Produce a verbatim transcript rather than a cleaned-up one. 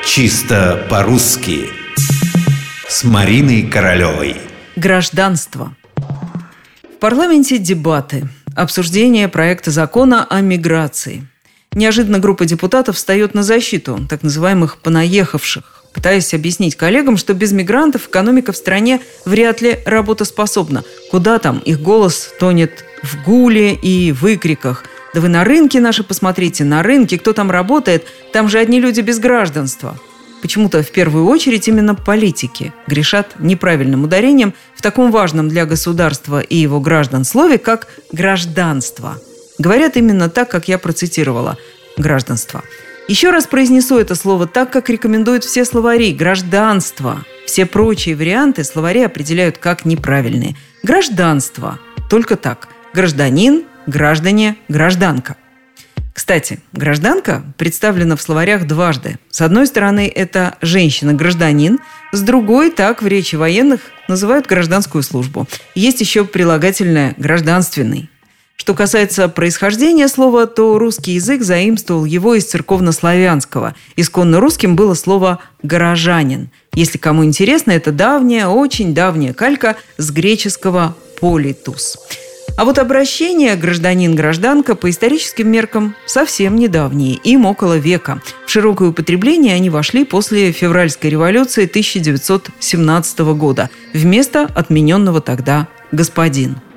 Чисто по-русски с Мариной Королевой. Гражданство. В парламенте дебаты, обсуждение проекта закона о миграции. Неожиданно группа депутатов встает на защиту так называемых «понаехавших», пытаясь объяснить коллегам, что без мигрантов экономика в стране вряд ли работоспособна. Куда там, их голос тонет в гуле и выкриках. Да вы на рынке наши посмотрите, на рынке, кто там работает, там же одни люди без гражданства. Почему-то в первую очередь именно политики грешат неправильным ударением в таком важном для государства и его граждан слове, как «гражданство». Говорят именно так, как я процитировала – «гражданство». Еще раз произнесу это слово так, как рекомендуют все словари – «гражданство». Все прочие варианты словари определяют как неправильные. Гражданство. Только так. Гражданин, граждане, гражданка. Кстати, гражданка представлена в словарях дважды. С одной стороны, это женщина-гражданин, с другой, так в речи военных называют гражданскую службу. Есть еще прилагательное «гражданственный». Что касается происхождения слова, то русский язык заимствовал его из церковнославянского. Исконно русским было слово «горожанин». Если кому интересно, это давняя, очень давняя калька с греческого «политус». А вот обращение «гражданин-гражданка» по историческим меркам совсем недавние, им около века. В широкое употребление они вошли после февральской революции тысяча девятьсот семнадцатого года вместо отмененного тогда «господин».